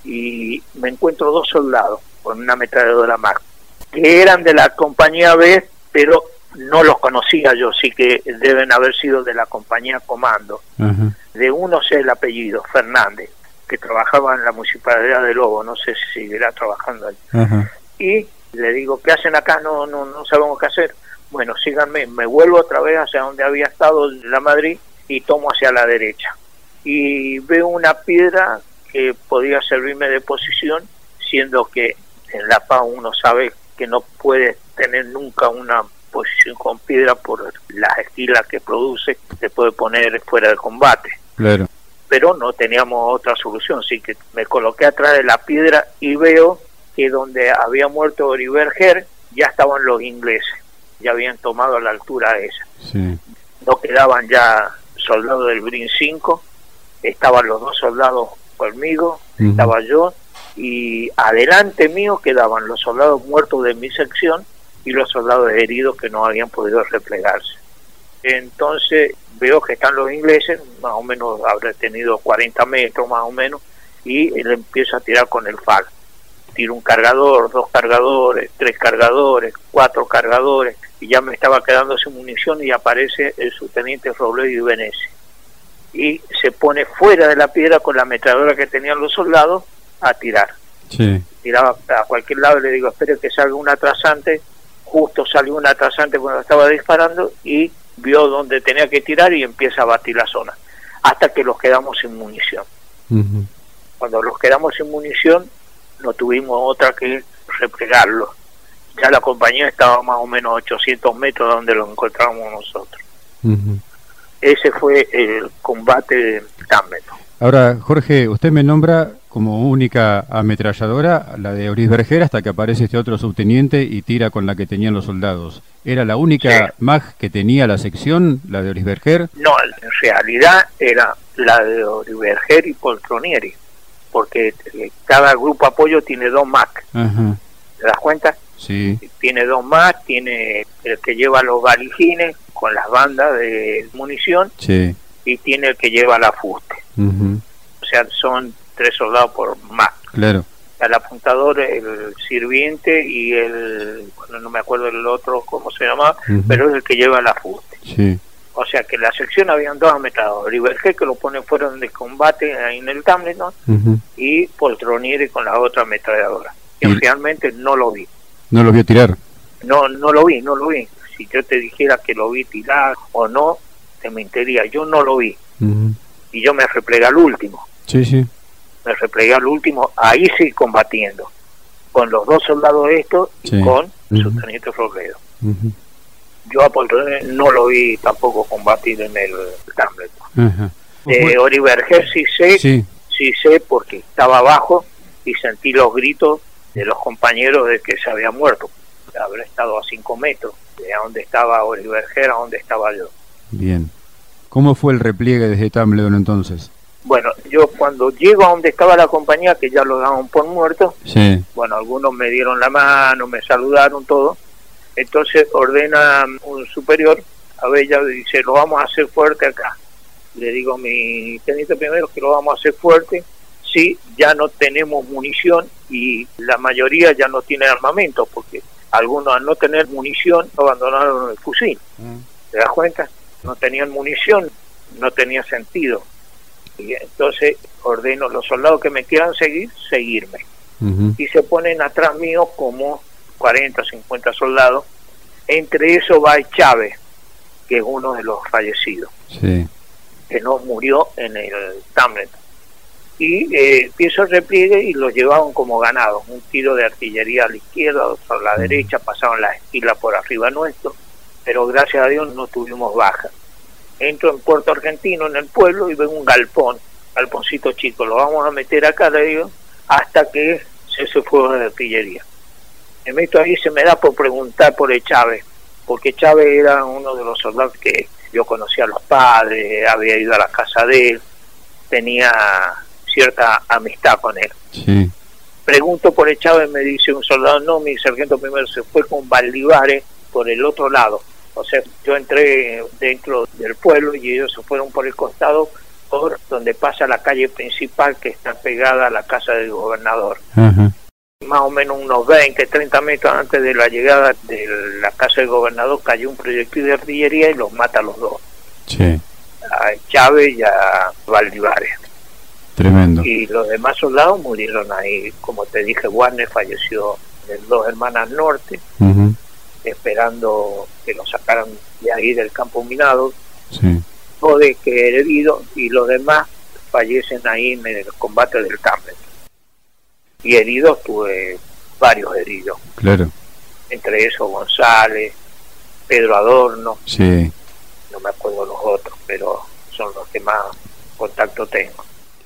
Speaker 2: y me encuentro dos soldados con una ametralladora Mac que eran de la compañía B, pero no los conocía yo, sí que deben haber sido de la compañía Comando. Uh-huh. De uno sé el apellido, Fernández, que trabajaba en la municipalidad de Lobo, no sé si seguirá trabajando ahí. Uh-huh. Y le digo, ¿qué hacen acá? No, no, no sabemos qué hacer. Bueno, síganme, me vuelvo otra vez hacia donde había estado la Madrid y tomo hacia la derecha. Y veo una piedra que podía servirme de posición, siendo que en La Paz uno sabe que no puede tener nunca una posición con piedra por las esquilas que produce, te puede poner fuera de combate. Claro. Pero no teníamos otra solución, así que me coloqué atrás de la piedra y veo que donde había muerto Oriberger ya estaban los ingleses, ya habían tomado la altura esa. Sí. No quedaban ya soldados del Green cinco, estaban los dos soldados conmigo, uh-huh. estaba yo, y adelante mío quedaban los soldados muertos de mi sección y los soldados heridos que no habían podido replegarse. Entonces veo que están los ingleses, más o menos habré tenido cuarenta metros más o menos, y él empieza a tirar con el F A L. Tiro un cargador, dos cargadores, tres cargadores, cuatro cargadores, y ya me estaba quedando sin munición y aparece el subteniente Robledo Ibenesi. Y se pone fuera de la piedra con la ametralladora que tenían los soldados a tirar.
Speaker 1: Sí.
Speaker 2: Tiraba a cualquier lado y le digo, espere que salga un atrasante. Justo salió un atrasante cuando estaba disparando y vio dónde tenía que tirar y empieza a batir la zona, hasta que los quedamos sin munición.
Speaker 1: Uh-huh.
Speaker 2: Cuando los quedamos sin munición, no tuvimos otra que replegarlo. Ya la compañía estaba más o menos a ochocientos metros de donde lo encontramos nosotros. Uh-huh. Ese fue el combate de Tambleton.
Speaker 1: Ahora, Jorge, usted me nombra como única ametralladora la de Orisberger hasta que aparece este otro subteniente y tira con la que tenían los soldados. ¿Era la única sí. M A G que tenía la sección, la de Orisberger?
Speaker 2: No, en realidad era la de Orisberger y Poltronieri, porque cada grupo apoyo tiene dos M A C. Ajá. ¿Te das cuenta?
Speaker 1: Sí.
Speaker 2: Tiene dos M A C, tiene el que lleva los valijines con las bandas de munición,
Speaker 1: sí.
Speaker 2: y tiene el que lleva la fuste. Uh-huh. O sea, son tres soldados por M A C.
Speaker 1: Claro.
Speaker 2: El apuntador, el sirviente y el, bueno, no me acuerdo el otro cómo se llamaba, uh-huh. pero es el que lleva la fuste.
Speaker 1: Sí.
Speaker 2: O sea que en la sección habían dos ametralladores, Orisberger, que lo pone fueron de combate ahí en el Tambleton, uh-huh. y Poltronieri con la otra ametralladora. Y, y realmente no lo vi.
Speaker 1: ¿No lo vio tirar?
Speaker 2: No, no lo vi, no lo vi. Si yo te dijera que lo vi tirar o no, te mentiría. Yo no lo vi. Uh-huh. Y yo me replegué al último.
Speaker 1: Sí, sí.
Speaker 2: Me replegué al último, ahí sí combatiendo. Con los dos soldados estos
Speaker 1: sí.
Speaker 2: y con
Speaker 1: uh-huh.
Speaker 2: su teniente Robledo.
Speaker 1: Uh-huh.
Speaker 2: Yo a Poltronieri no lo vi tampoco combatir en el Tambleton.
Speaker 1: Uh-huh.
Speaker 2: De Orisberger sí sé,
Speaker 1: sí.
Speaker 2: sí sé porque estaba abajo y sentí los gritos de los compañeros de que se había muerto. Habrá estado a cinco metros de a donde estaba Orisberger, a donde estaba yo.
Speaker 1: Bien. ¿Cómo fue el repliegue desde Tambleton entonces?
Speaker 2: Bueno, yo cuando llego a donde estaba la compañía, que ya lo daban por muerto,
Speaker 1: sí.
Speaker 2: bueno, algunos me dieron la mano, me saludaron, todo. Entonces ordena un superior, a Bella, dice, lo vamos a hacer fuerte acá. Le digo a mi teniente primero que lo vamos a hacer fuerte. Sí, ya no tenemos munición y la mayoría ya no tiene armamento, porque algunos al no tener munición abandonaron el fusil. Mm. ¿Te das cuenta? No tenían munición, no tenía sentido. Y entonces ordeno a los soldados que me quieran seguir, seguirme. Uh-huh. Y se ponen atrás mío como cuarenta, cincuenta soldados. Entre eso va Chávez, que es uno de los fallecidos,
Speaker 1: sí.
Speaker 2: que no murió en el Tambleton. Y eh, empiezo el repliegue y los llevaban como ganados. Un tiro de artillería a la izquierda, otro a la uh-huh. derecha, pasaban las esquilas por arriba nuestro, pero gracias a Dios no tuvimos baja. Entro en Puerto Argentino, en el pueblo, y veo un galpón, galponcito chico, lo vamos a meter acá, le digo, hasta que se se fuego de artillería. Me meto ahí, se me da por preguntar por el Chávez, porque Chávez era uno de los soldados que yo conocía a los padres, había ido a la casa de él, tenía cierta amistad con él.
Speaker 1: Sí.
Speaker 2: Pregunto por el Chávez, me dice un soldado, no, mi sargento primero se fue con Valdivares por el otro lado. O sea, yo entré dentro del pueblo y ellos se fueron por el costado, por donde pasa la calle principal que está pegada a la casa del gobernador. Uh-huh. Más o menos unos veinte, treinta metros antes de la llegada de la casa del gobernador cayó un proyectil de artillería y los mata a los dos.
Speaker 1: Sí.
Speaker 2: A Chávez y a Valdivares.
Speaker 1: Tremendo.
Speaker 2: Y los demás soldados murieron ahí. Como te dije, Warner falleció de dos hermanas norte. Uh-huh. Esperando que lo sacaran de ahí del campo minado,
Speaker 1: sí.
Speaker 2: o de que herido, y los demás fallecen ahí en el combate del Tambleton. Y heridos tuve varios heridos,
Speaker 1: claro,
Speaker 2: entre esos González, Pedro Adorno,
Speaker 1: sí.
Speaker 2: no me acuerdo los otros, pero son los que más contacto tengo.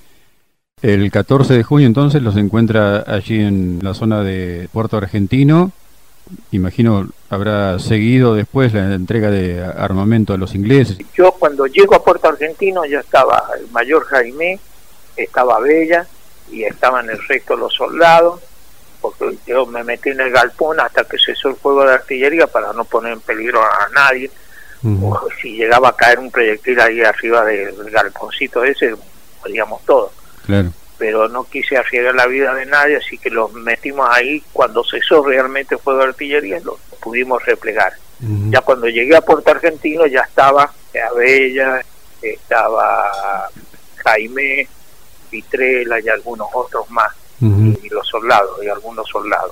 Speaker 1: El catorce de junio entonces los encuentra allí en la zona de Puerto Argentino. Imagino habrá seguido después la entrega de armamento a los ingleses.
Speaker 2: Yo cuando llego a Puerto Argentino ya estaba el mayor Jaime, estaba Bella y estaban el resto de los soldados, porque yo me metí en el galpón hasta que cesó el fuego de artillería para no poner en peligro a nadie. Uh-huh. O si llegaba a caer un proyectil ahí arriba del galponcito ese, moríamos todos.
Speaker 1: Claro.
Speaker 2: Pero no quise arriesgar la vida de nadie, así que los metimos ahí. Cuando cesó realmente el fuego de artillería, los pudimos replegar. Uh-huh. Ya cuando llegué a Puerto Argentino ya estaba Abella, estaba Jaime, Vitrela y algunos otros más. uh-huh. y los soldados, y algunos soldados.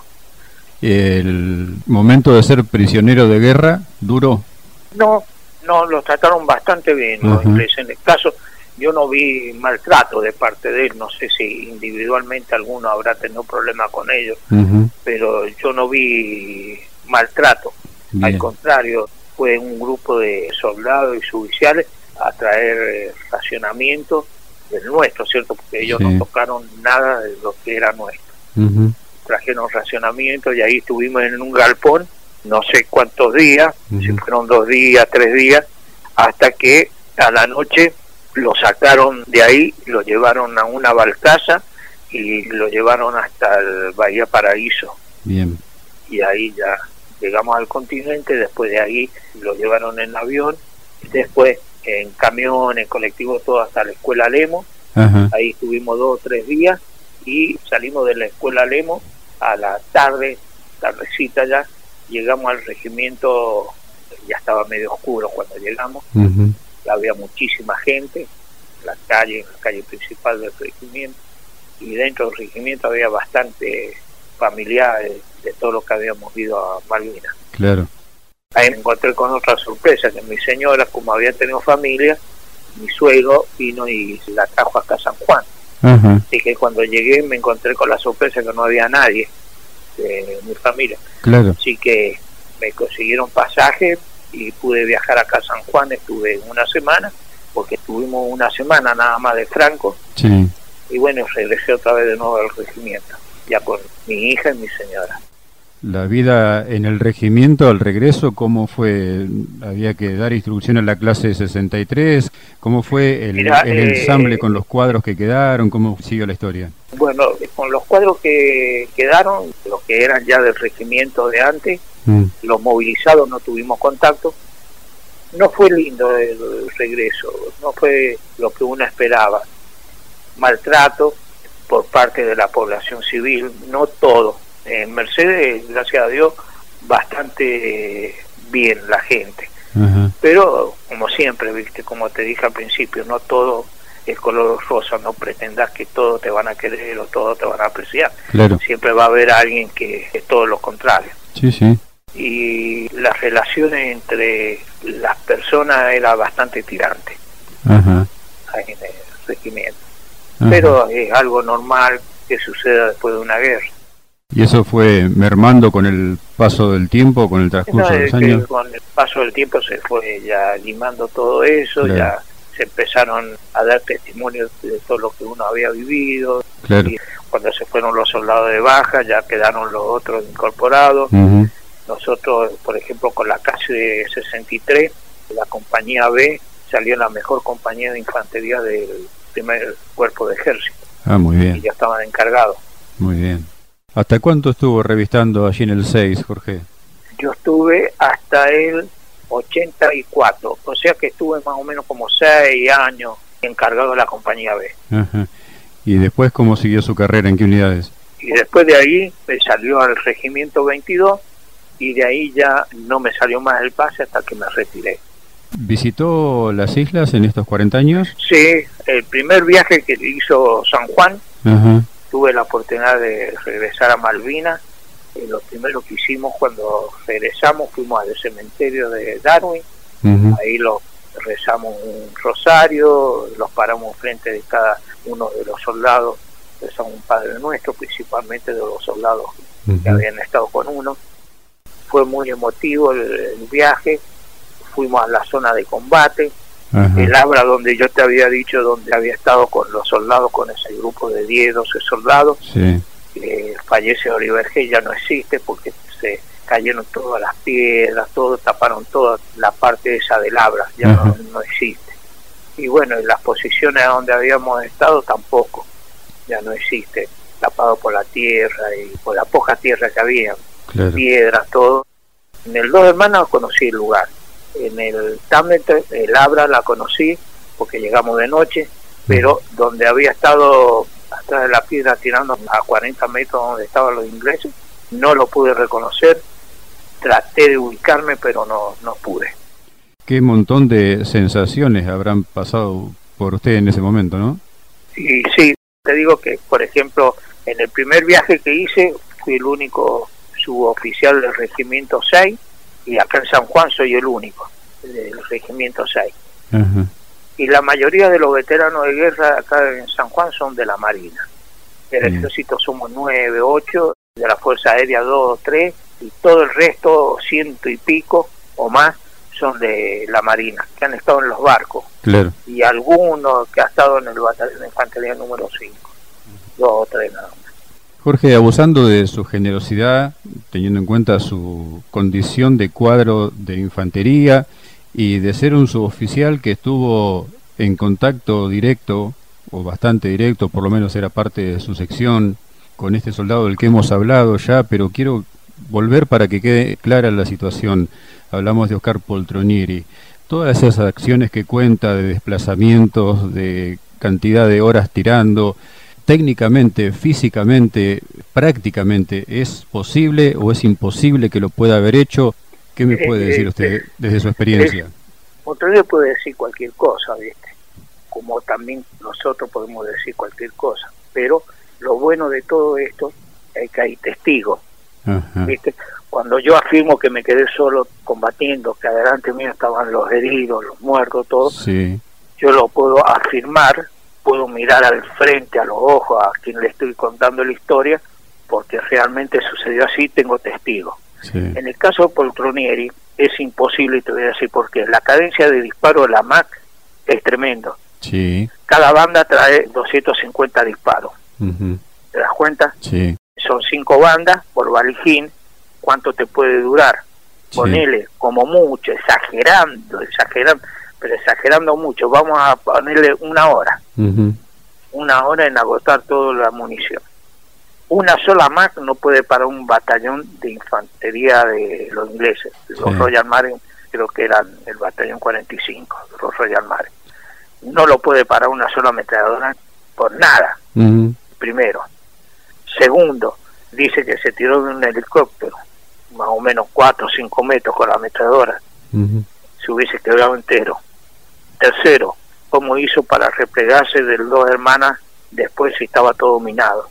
Speaker 1: ¿El momento de ser prisionero de guerra duró?
Speaker 2: No, no, los trataron bastante bien uh-huh. los ingleses. En el caso, yo no vi maltrato de parte de él, no sé si individualmente alguno habrá tenido problemas con ellos, uh-huh. pero yo no vi maltrato. Bien. Al contrario, fue un grupo de soldados y suboficiales a traer eh, racionamiento del nuestro, ¿cierto? Porque ellos sí. no tocaron nada de lo que era nuestro. Uh-huh. Trajeron racionamiento y ahí estuvimos en un galpón, no sé cuántos días, uh-huh. si fueron dos días, tres días, hasta que a la noche lo sacaron de ahí, lo llevaron a una barcaza y lo llevaron hasta el Bahía Paraíso.
Speaker 1: Bien.
Speaker 2: Y ahí ya llegamos al continente, después de ahí lo llevaron en avión, después en camión, en colectivo, todo hasta la Escuela Lemo. Uh-huh. Ahí estuvimos dos o tres días y salimos de la Escuela Lemo a la tarde, tardecita ya, llegamos al regimiento, ya estaba medio oscuro cuando llegamos. Uh-huh. Había muchísima gente en la calle, en la calle principal del regimiento, y dentro del regimiento había bastante familiares de todo lo que habíamos ido a Malvinas.
Speaker 1: Claro.
Speaker 2: Ahí me encontré con otra sorpresa, que mi señora, como había tenido familia, mi suegro vino y la trajo acá a San Juan. Uh-huh. Así que cuando llegué me encontré con la sorpresa que no había nadie de mi familia.
Speaker 1: Claro.
Speaker 2: Así que me consiguieron pasaje y pude viajar acá a San Juan. Estuve una semana, porque estuvimos una semana nada más de Franco.
Speaker 1: Sí.
Speaker 2: Y bueno, regresé otra vez de nuevo al regimiento, ya con mi hija y mi señora.
Speaker 1: La vida en el regimiento al regreso, ¿cómo fue? ¿Había que dar instrucción a la clase sesenta y tres? ¿Cómo fue el, Mirá, el ensamble eh, con los cuadros que quedaron? ¿Cómo siguió la historia?
Speaker 2: Bueno, con los cuadros que quedaron, los que eran ya del regimiento de antes, mm. los movilizados no tuvimos contacto. No fue lindo el regreso, no fue lo que uno esperaba. Maltrato por parte de la población civil, no todo. En Mercedes, gracias a Dios, bastante bien la gente. Uh-huh. Pero, como siempre, viste, como te dije al principio, no todo es color rosa, no pretendas que todos te van a querer o todos te van a apreciar.
Speaker 1: Claro.
Speaker 2: Siempre va a haber alguien que es todo lo contrario.
Speaker 1: Sí, sí.
Speaker 2: Y las relaciones entre las personas era bastante tirante.
Speaker 1: Uh-huh.
Speaker 2: Ahí en el regimiento. Uh-huh. Pero es algo normal que suceda después de una guerra.
Speaker 1: ¿Y eso fue mermando con el paso del tiempo, con el transcurso
Speaker 2: no,
Speaker 1: de los años?
Speaker 2: Con el paso del tiempo se fue ya limando todo eso, claro. Ya se empezaron a dar testimonios de todo lo que uno había vivido.
Speaker 1: Claro.
Speaker 2: Y cuando se fueron los soldados de baja, ya quedaron los otros incorporados.
Speaker 1: Uh-huh.
Speaker 2: Nosotros, por ejemplo, con la clase sesenta y tres, la compañía B salió la mejor compañía de infantería del primer cuerpo de ejército.
Speaker 1: Ah, muy bien.
Speaker 2: Y ya estaban encargados.
Speaker 1: Muy bien. ¿Hasta cuánto estuvo revistando allí en el seis, Jorge?
Speaker 2: Yo estuve hasta el ochenta y cuatro, o sea que estuve más o menos como seis años encargado de la compañía B.
Speaker 1: Ajá. ¿Y después cómo siguió su carrera? ¿En qué unidades?
Speaker 2: Y después de ahí me salió al regimiento veintidós y de ahí ya no me salió más el pase hasta que me retiré.
Speaker 1: ¿Visitó las islas en estos cuarenta años?
Speaker 2: Sí, el primer viaje que hizo San Juan.
Speaker 1: Ajá.
Speaker 2: Tuve la oportunidad de regresar a Malvinas. Eh, lo primero que hicimos cuando regresamos fuimos al cementerio de Darwin. Uh-huh. Ahí lo rezamos un rosario, los paramos frente de cada uno de los soldados, rezamos un Padre Nuestro, principalmente de los soldados uh-huh. que habían estado con uno. Fue muy emotivo el, el viaje. Fuimos a la zona de combate. Ajá. El Abra, donde yo te había dicho, donde había estado con los soldados, con ese grupo de diez, doce soldados,
Speaker 1: sí.
Speaker 2: eh, fallece Oliver G, ya no existe porque se cayeron todas las piedras, todo, taparon toda la parte esa del Abra, ya no, no existe. Y bueno, en las posiciones donde habíamos estado tampoco, ya no existe, tapado por la tierra y por la poca tierra que había, claro. Piedras, todo. En el Dos Hermanos conocí el lugar. En el Tamlet, el Abra la conocí porque llegamos de noche, pero donde había estado atrás de la piedra tirando a cuarenta metros donde estaban los ingleses, no lo pude reconocer. Traté de ubicarme, pero no, no pude.
Speaker 1: Qué montón de sensaciones habrán pasado por usted en ese momento, ¿no?
Speaker 2: Y sí, te digo que, por ejemplo, En el primer viaje que hice fui el único suboficial del Regimiento seis, y acá en San Juan soy el único del Regimiento seis.
Speaker 1: Uh-huh.
Speaker 2: Y la mayoría de los veteranos de guerra acá en San Juan son de la Marina. Del
Speaker 1: Mm.
Speaker 2: Ejército somos nueve, ocho, de la Fuerza Aérea dos o tres, y todo el resto, ciento y pico o más, son de la Marina, que han estado en los barcos.
Speaker 1: Claro.
Speaker 2: Y algunos que ha estado en el batallón de infantería número cinco, dos o tres nada más.
Speaker 1: Jorge, abusando de su generosidad, teniendo en cuenta su condición de cuadro de infantería y de ser un suboficial que estuvo en contacto directo, o bastante directo, por lo menos era parte de su sección, con este soldado del que hemos hablado ya, pero quiero volver para que quede clara la situación. Hablamos de Oscar Poltronieri. Todas esas acciones que cuenta de desplazamientos, de cantidad de horas tirando, técnicamente, físicamente, prácticamente, ¿es posible o es imposible que lo pueda haber hecho? ¿Qué me puede decir usted desde su experiencia?
Speaker 2: Poltronieri puede decir cualquier cosa, ¿viste? Como también nosotros podemos decir cualquier cosa, pero lo bueno de todo esto es que hay testigos.
Speaker 1: Ajá.
Speaker 2: ¿Viste? Cuando yo afirmo que me quedé solo combatiendo, que adelante mío estaban los heridos, los muertos, todos,
Speaker 1: Sí.
Speaker 2: yo lo puedo afirmar, puedo mirar al frente, a los ojos, a quien le estoy contando la historia, porque realmente sucedió así, tengo testigos.
Speaker 1: Sí.
Speaker 2: En el caso de Poltronieri es imposible, y te voy a decir por qué. La cadencia de disparo de la M A C es tremendo.
Speaker 1: Sí.
Speaker 2: Cada banda trae doscientos cincuenta disparos.
Speaker 1: Uh-huh.
Speaker 2: ¿Te das cuenta?
Speaker 1: Sí.
Speaker 2: Son cinco bandas por balijín. ¿Cuánto te puede durar?
Speaker 1: Sí.
Speaker 2: Ponele como mucho, exagerando, exagerando, pero exagerando mucho. Vamos a ponerle una hora.
Speaker 1: Uh-huh.
Speaker 2: Una hora en agotar toda la munición. Una sola M A C no puede parar un batallón de infantería de los ingleses. Los
Speaker 1: Sí.
Speaker 2: Royal Marines, creo que eran el batallón cuarenta y cinco, los Royal Marines. No lo puede parar una sola ametralladora por nada,
Speaker 1: Uh-huh.
Speaker 2: primero. Segundo, dice que se tiró de un helicóptero, más o menos cuatro o cinco metros con la ametralladora,
Speaker 1: Uh-huh.
Speaker 2: se hubiese quebrado entero. Tercero, cómo hizo para replegarse de las dos hermanas después si estaba todo minado.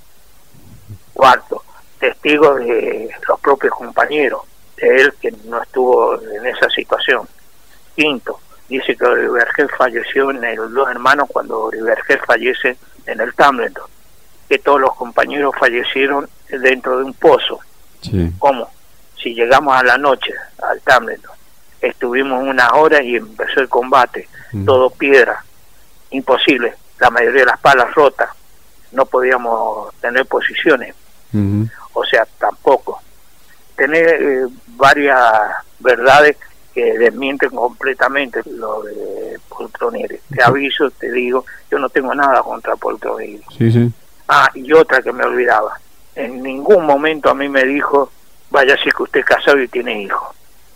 Speaker 2: Cuarto, testigos de los propios compañeros, de él que no estuvo en esa situación. Quinto, dice que Oriberger falleció en el Dos Hermanos cuando Oriberger fallece en el Tambleton, que todos los compañeros fallecieron dentro de un pozo.
Speaker 1: Sí.
Speaker 2: ¿Cómo? Si llegamos a la noche al Tambleton, estuvimos unas horas y empezó el combate,
Speaker 1: Mm.
Speaker 2: todo piedra, imposible, la mayoría de las palas rotas, no podíamos tener posiciones,
Speaker 1: Uh-huh.
Speaker 2: o sea, tampoco. Tener eh, varias verdades que desmienten completamente lo de Poltronieri. Te aviso, te digo, yo no tengo nada contra Poltronieri.
Speaker 1: Sí, sí.
Speaker 2: Ah, y otra que me olvidaba, en ningún momento a mí me dijo, vaya, si que usted es casado y tiene hijos.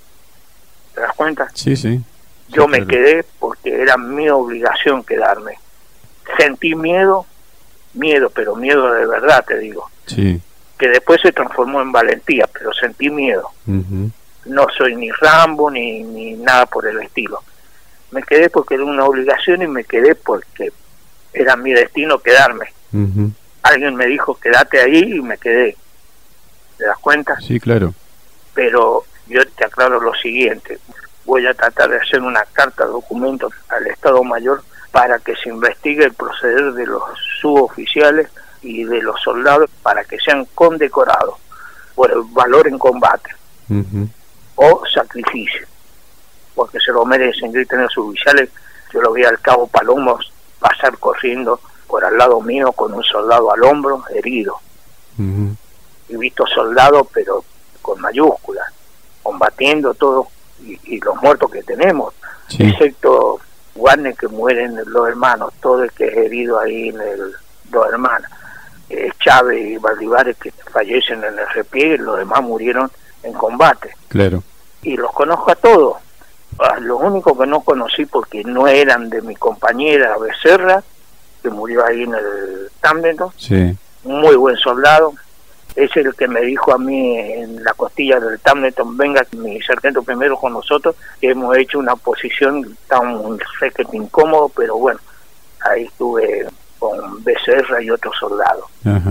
Speaker 2: ¿Te das cuenta?
Speaker 1: Sí, sí.
Speaker 2: Yo
Speaker 1: Sí,
Speaker 2: me
Speaker 1: claro.
Speaker 2: quedé porque era mi obligación quedarme. Sentí miedo, miedo, pero miedo de verdad, te digo,
Speaker 1: Sí.
Speaker 2: que después se transformó en valentía, pero sentí miedo.
Speaker 1: Uh-huh.
Speaker 2: No soy ni Rambo ni, ni nada por el estilo. Me quedé porque era una obligación y me quedé porque era mi destino quedarme.
Speaker 1: Uh-huh.
Speaker 2: Alguien me dijo, quédate ahí, y me quedé. ¿Te das cuenta?
Speaker 1: Sí, claro.
Speaker 2: Pero yo te aclaro lo siguiente. Voy a tratar de hacer una carta de documento al Estado Mayor para que se investigue el proceder de los suboficiales y de los soldados para que sean condecorados por el valor en combate
Speaker 1: Uh-huh.
Speaker 2: o sacrificio, porque se lo merecen. Yo tenía suboficiales, yo lo vi al cabo Palomos pasar corriendo por al lado mío con un soldado al hombro herido.
Speaker 1: Uh-huh.
Speaker 2: He visto soldados pero con mayúsculas, combatiendo todo, y, y los muertos que tenemos,
Speaker 1: Sí.
Speaker 2: excepto Warner que mueren los hermanos, todo el que es herido ahí en el Dos Hermanas, eh, Chávez y Valdivares que fallecen en el repliegue, los demás murieron en combate.
Speaker 1: Claro.
Speaker 2: Y los conozco a todos. A los únicos que no conocí porque no eran de mi compañera Becerra, que murió ahí en el Tambleton,
Speaker 1: Sí.
Speaker 2: un muy buen soldado, es el que me dijo a mí en la costilla del Tambleton, venga mi sargento primero con nosotros, que hemos hecho una posición tan requete incómodo, pero bueno, ahí estuve con Becerra y otros soldados.
Speaker 1: Ajá.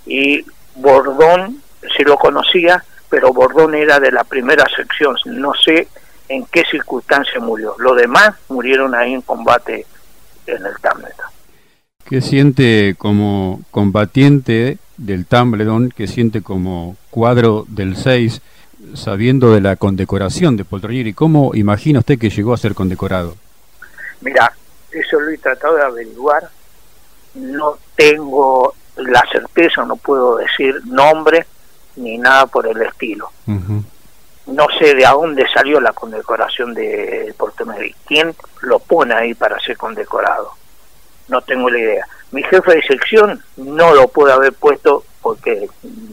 Speaker 2: y Bordón sí lo conocía, pero Bordón era de la primera sección, no sé en qué circunstancia murió. Los demás murieron ahí en combate en el Tumbledon.
Speaker 1: ¿Qué siente como combatiente del Tumbledon, qué siente como cuadro del seis, sabiendo de la condecoración de Poltronieri? ¿Cómo imagina usted que llegó a ser condecorado?
Speaker 2: Mira, eso lo he tratado de averiguar, no tengo la certeza, no puedo decir nombre ni nada por el estilo. Uh-huh. No sé de a dónde salió la condecoración de Poltronieri, quién lo pone ahí para ser condecorado, no tengo la idea. Mi jefe de sección no lo puede haber puesto porque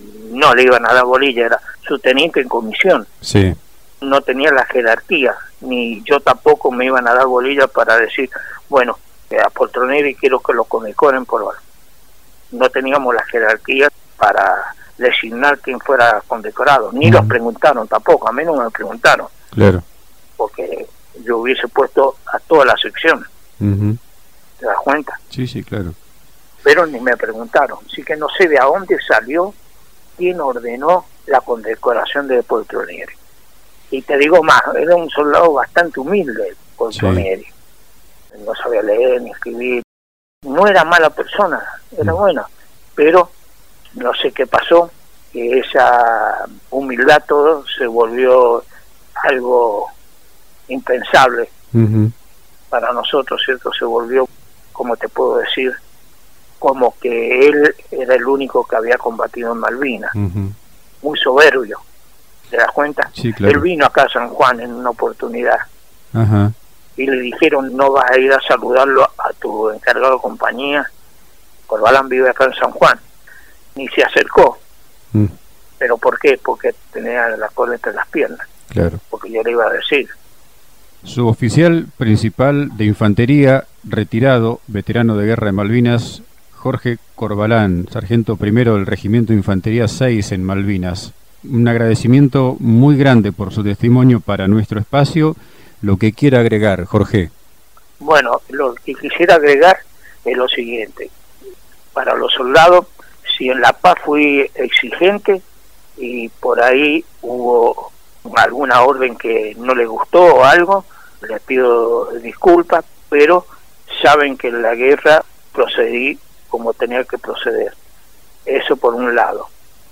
Speaker 2: no le iban a dar bolilla, era su teniente en comisión.
Speaker 1: Sí.
Speaker 2: No tenía la jerarquía, ni yo tampoco me iban a dar bolilla para decir, bueno, a Poltronieri quiero que lo condecoren por algo. No teníamos la jerarquía para designar quién fuera condecorado, ni uh-huh. los preguntaron tampoco, a mí no me preguntaron.
Speaker 1: Claro.
Speaker 2: Porque yo hubiese puesto a toda la sección.
Speaker 1: Uh-huh.
Speaker 2: ¿Te das cuenta?
Speaker 1: Sí, sí, claro.
Speaker 2: Pero ni me preguntaron, así que no sé de a dónde salió, quién ordenó la condecoración de Poltronieri. Y te digo más, era un soldado bastante humilde, Poltronieri. Sí. No sabía leer ni escribir. No era mala persona, era mm. buena. Pero no sé qué pasó, que esa humildad todo se volvió algo impensable uh-huh. para nosotros, ¿cierto? Se volvió, como te puedo decir, como que él era el único que había combatido en Malvinas. Uh-huh. Muy soberbio. ¿Te das cuenta?
Speaker 1: Sí, claro.
Speaker 2: Él vino acá a San Juan en una oportunidad.
Speaker 1: Ajá.
Speaker 2: Y le dijeron, no vas a ir a saludarlo a tu encargado de compañía. Corbalán vive acá en San Juan. Ni se acercó. Mm. ¿Pero por qué? Porque tenía la cola entre las piernas.
Speaker 1: Claro.
Speaker 2: Porque yo le iba a decir.
Speaker 1: Su oficial principal de infantería, retirado, veterano de guerra de Malvinas, Jorge Corbalán, sargento primero del Regimiento de Infantería seis en Malvinas. Un agradecimiento muy grande por su testimonio para nuestro espacio. Lo que quiera agregar, Jorge.
Speaker 2: Bueno, lo que quisiera agregar es lo siguiente. Para los soldados, si en La Paz fui exigente y por ahí hubo alguna orden que no les gustó o algo, les pido disculpas, pero saben que en la guerra procedí como tenía que proceder. Eso por un lado.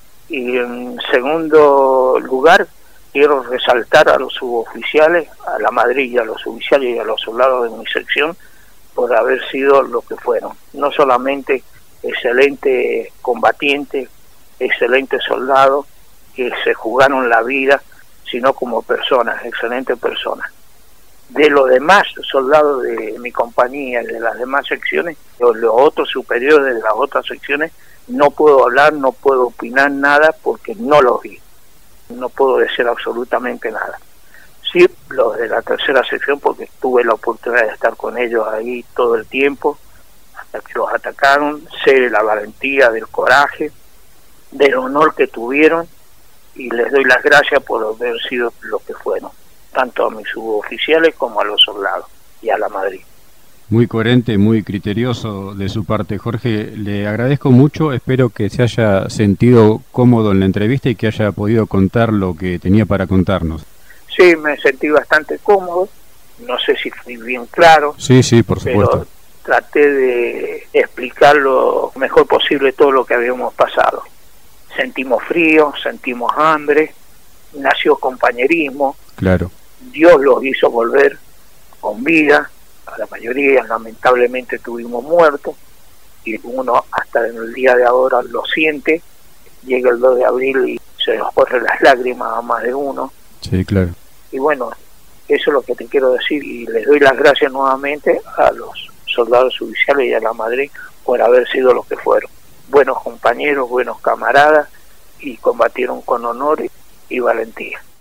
Speaker 2: Y en segundo lugar, quiero resaltar a los suboficiales, a la madrilla, a los oficiales y a los soldados de mi sección por haber sido lo que fueron. No solamente excelentes combatientes, excelentes soldados que se jugaron la vida, sino como personas, excelentes personas. De los demás soldados de mi compañía y de las demás secciones, los, los otros superiores de las otras secciones, no puedo hablar, no puedo opinar nada porque no los vi. No puedo decir absolutamente nada. Sí, los de la tercera sección, porque tuve la oportunidad de estar con ellos ahí todo el tiempo, hasta que los atacaron, sé de la valentía, del coraje, del honor que tuvieron, y les doy las gracias por haber sido lo que fueron, tanto a mis suboficiales como a los soldados y a la Madrid.
Speaker 1: Muy coherente, muy criterioso de su parte, Jorge. Le agradezco mucho, espero que se haya sentido cómodo en la entrevista y que haya podido contar lo que tenía para contarnos.
Speaker 2: Sí, me sentí bastante cómodo, no sé si fui bien claro.
Speaker 1: Sí, sí, por supuesto.
Speaker 2: Pero traté de explicar lo mejor posible todo lo que habíamos pasado. Sentimos frío, sentimos hambre, nació compañerismo.
Speaker 1: Claro.
Speaker 2: Dios los hizo volver con vida. A la mayoría lamentablemente tuvimos muertos y uno hasta en el día de ahora lo siente. Llega el dos de abril y se nos corren las lágrimas a más de uno.
Speaker 1: Sí, claro.
Speaker 2: Y bueno, eso es lo que te quiero decir, y les doy las gracias nuevamente a los soldados oficiales y a la Madrid por haber sido lo que fueron. Buenos compañeros, buenos camaradas, y combatieron con honor y valentía.